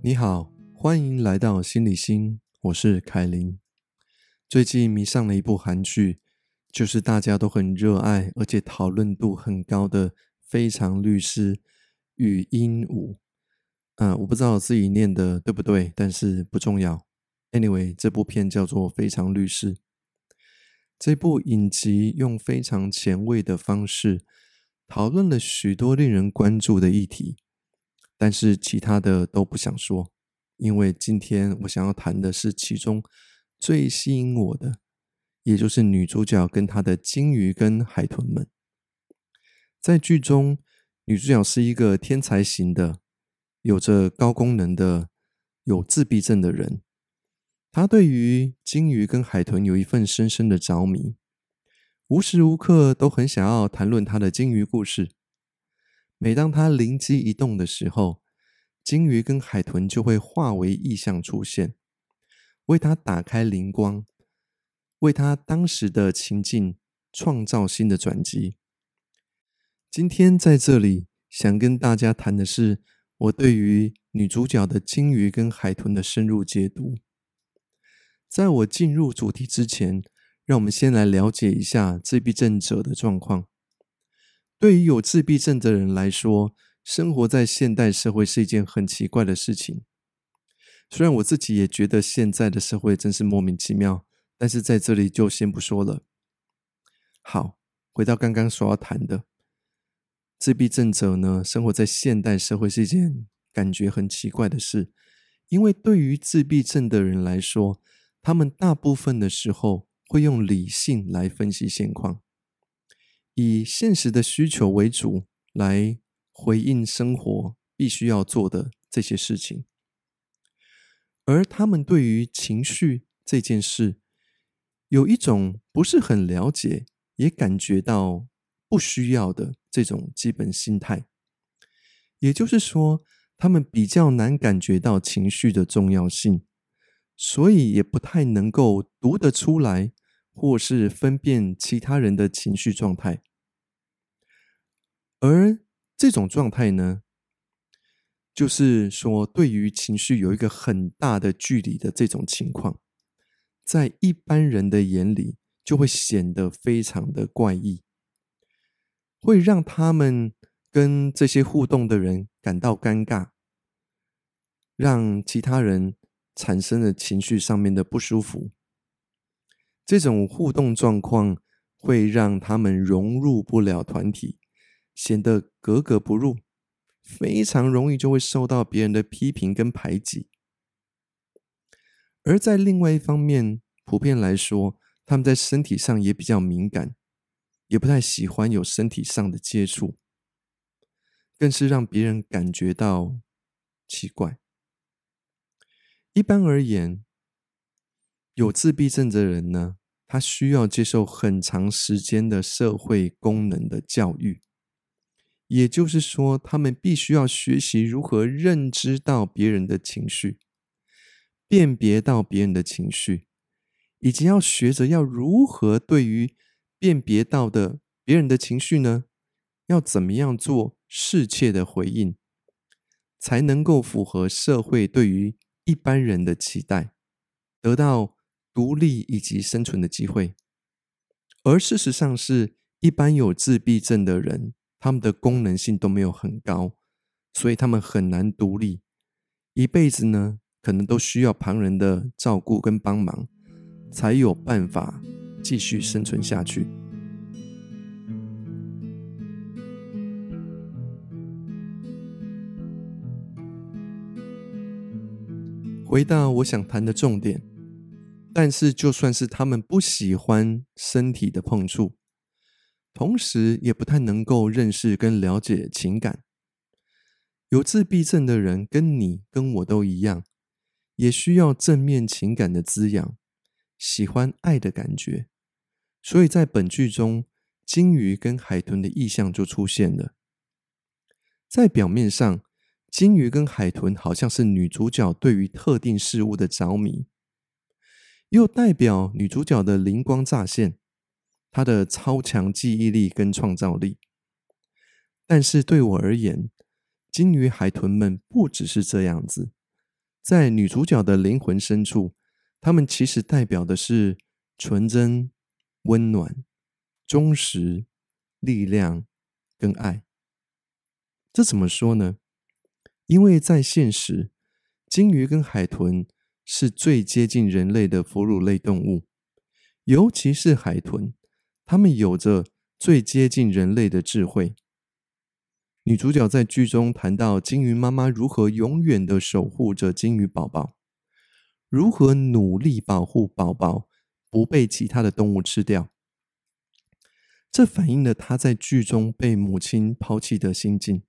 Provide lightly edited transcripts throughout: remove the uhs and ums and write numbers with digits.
你好，欢迎来到心理心，我是凯琳。最近迷上了一部韩剧，就是大家都很热爱而且讨论度很高的《非常律师禹英禑》。我不知道我自己念的对不对，但是不重要。Anyway， 这部片叫做《非常律师》。这部影集用非常前卫的方式讨论了许多令人关注的议题，但是其他的都不想说，因为今天我想要谈的是其中最吸引我的，也就是女主角跟她的鲸鱼跟海豚们。在剧中，女主角是一个天才型的，有着高功能的，有自闭症的人。她对于鲸鱼跟海豚有一份深深的着迷，无时无刻都很想要谈论她的鲸鱼故事。每当她灵机一动的时候，鲸鱼跟海豚就会化为意象出现，为她打开灵光，为她当时的情境创造新的转机。今天在这里想跟大家谈的是我对于女主角的鲸鱼跟海豚的深入解读。在我进入主题之前，让我们先来了解一下自闭症者的状况。对于有自闭症的人来说，生活在现代社会是一件很奇怪的事情。虽然我自己也觉得现在的社会真是莫名其妙，但是在这里就先不说了。好，回到刚刚所要谈的，自闭症者呢，生活在现代社会是一件感觉很奇怪的事，因为对于自闭症的人来说，他们大部分的时候会用理性来分析现况，以现实的需求为主来回应生活必须要做的这些事情。而他们对于情绪这件事，有一种不是很了解，也感觉到不需要的这种基本心态。也就是说，他们比较难感觉到情绪的重要性，所以也不太能够读得出来，或是分辨其他人的情绪状态。而这种状态呢，就是说对于情绪有一个很大的距离的这种情况，在一般人的眼里就会显得非常的怪异，会让他们跟这些互动的人感到尴尬，让其他人产生了情绪上面的不舒服。这种互动状况会让他们融入不了团体，显得格格不入，非常容易就会受到别人的批评跟排挤。而在另外一方面，普遍来说，他们在身体上也比较敏感，也不太喜欢有身体上的接触，更是让别人感觉到奇怪。一般而言，有自闭症的人呢，他需要接受很长时间的社会功能的教育，也就是说，他们必须要学习如何认知到别人的情绪，辨别到别人的情绪，以及要学着要如何对于辨别到的别人的情绪呢，要怎么样做适切的回应，才能够符合社会对于一般人的期待，得到独立以及生存的机会。而事实上是，一般有自闭症的人，他们的功能性都没有很高，所以他们很难独立，一辈子呢，可能都需要旁人的照顾跟帮忙，才有办法继续生存下去。回到我想谈的重点，但是就算是他们不喜欢身体的碰触，同时也不太能够认识跟了解情感。有自闭症的人跟你跟我都一样，也需要正面情感的滋养，喜欢爱的感觉。所以在本剧中，鲸鱼跟海豚的意象就出现了。在表面上，鲸鱼跟海豚好像是女主角对于特定事物的着迷，又代表女主角的灵光乍现，她的超强记忆力跟创造力。但是对我而言，鲸鱼海豚们不只是这样子， 在女主角的灵魂深处，她们其实代表的是纯真、温暖、忠实、力量跟爱。这怎么说呢？因为在现实，鲸鱼跟海豚是最接近人类的哺乳类动物，尤其是海豚，它们有着最接近人类的智慧。女主角在剧中谈到鲸鱼妈妈如何永远的守护着鲸鱼宝宝，如何努力保护宝宝不被其他的动物吃掉。这反映了她在剧中被母亲抛弃的心境。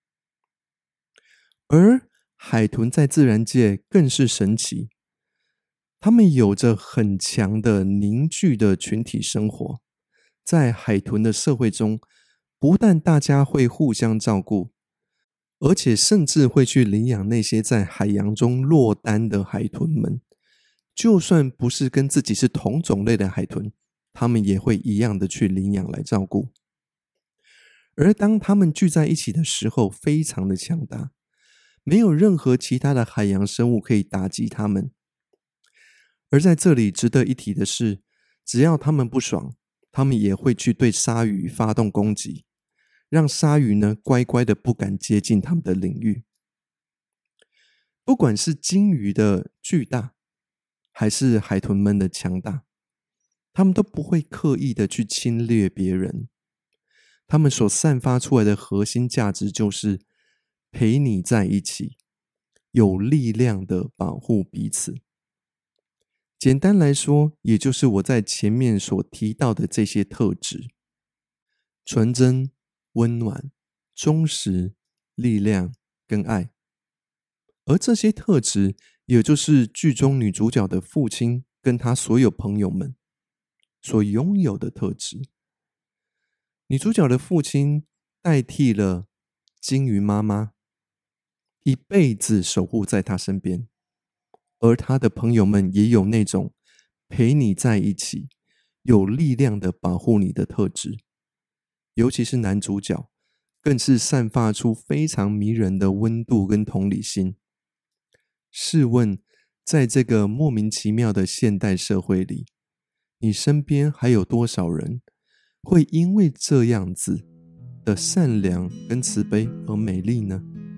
而海豚在自然界更是神奇，它们有着很强的凝聚的群体生活。在海豚的社会中，不但大家会互相照顾，而且甚至会去领养那些在海洋中落单的海豚们。就算不是跟自己是同种类的海豚，他们也会一样的去领养来照顾。而当他们聚在一起的时候，非常的强大，没有任何其他的海洋生物可以打击他们。而在这里值得一提的是，只要他们不爽，他们也会去对鲨鱼发动攻击，让鲨鱼呢乖乖的不敢接近他们的领域。不管是鲸鱼的巨大，还是海豚们的强大，他们都不会刻意的去侵略别人。他们所散发出来的核心价值就是陪你在一起，有力量的保护彼此。简单来说，也就是我在前面所提到的这些特质：纯真、温暖、忠实、力量跟爱。而这些特质，也就是剧中女主角的父亲跟她所有朋友们所拥有的特质。女主角的父亲代替了鲸鱼妈妈，一辈子守护在她身边。而他的朋友们也有那种陪你在一起，有力量的保护你的特质。尤其是男主角，更是散发出非常迷人的温度跟同理心。试问，在这个莫名其妙的现代社会里，你身边还有多少人会因为这样子的善良跟慈悲而美丽呢？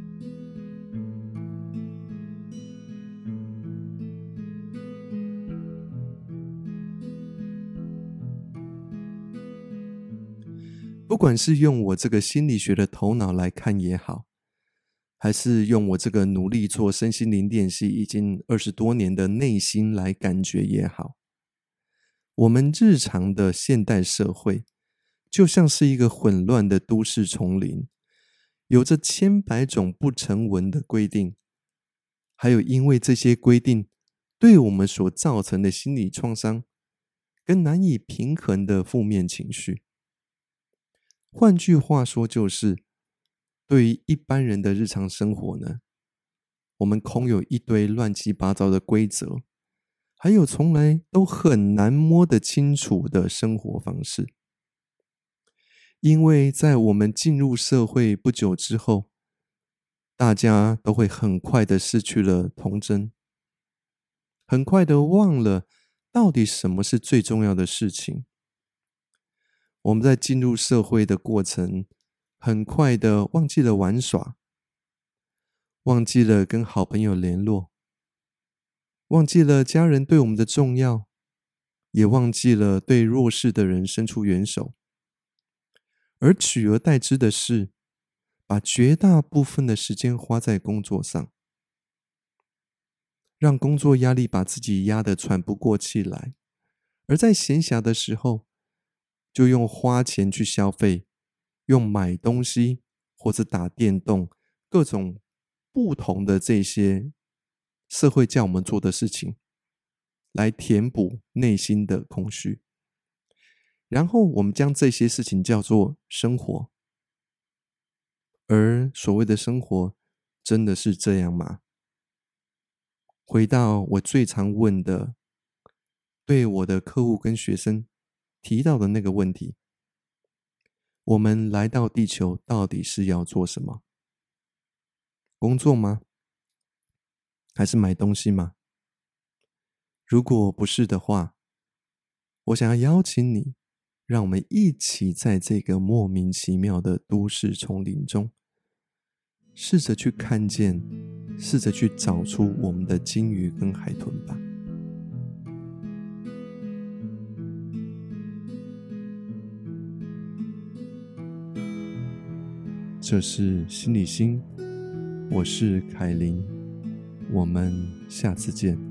不管是用我这个心理学的头脑来看也好，还是用我这个努力做身心灵练习已经20多年的内心来感觉也好，我们日常的现代社会就像是一个混乱的都市丛林，有着千百种不成文的规定，还有因为这些规定对我们所造成的心理创伤跟难以平衡的负面情绪。换句话说，就是对于一般人的日常生活呢，我们空有一堆乱七八糟的规则，还有从来都很难摸得清楚的生活方式。因为在我们进入社会不久之后，大家都会很快的失去了童真，很快的忘了到底什么是最重要的事情。我们在进入社会的过程，很快的忘记了玩耍，忘记了跟好朋友联络，忘记了家人对我们的重要，也忘记了对弱势的人伸出援手，而取而代之的是，把绝大部分的时间花在工作上，让工作压力把自己压得喘不过气来，而在闲暇的时候，就用花钱去消费，用买东西或者打电动，各种不同的这些社会叫我们做的事情，来填补内心的空虚。然后我们将这些事情叫做生活。而所谓的生活，真的是这样吗？回到我最常问的，对我的客户跟学生提到的那个问题，我们来到地球到底是要做什么？工作吗？ 还是买东西吗？如果不是的话，我想要邀请你，让我们一起在这个莫名其妙的都市丛林中，试着去看见，试着去找出我们的鲸鱼跟海豚吧。这是心理心，我是凯琳，我们下次见。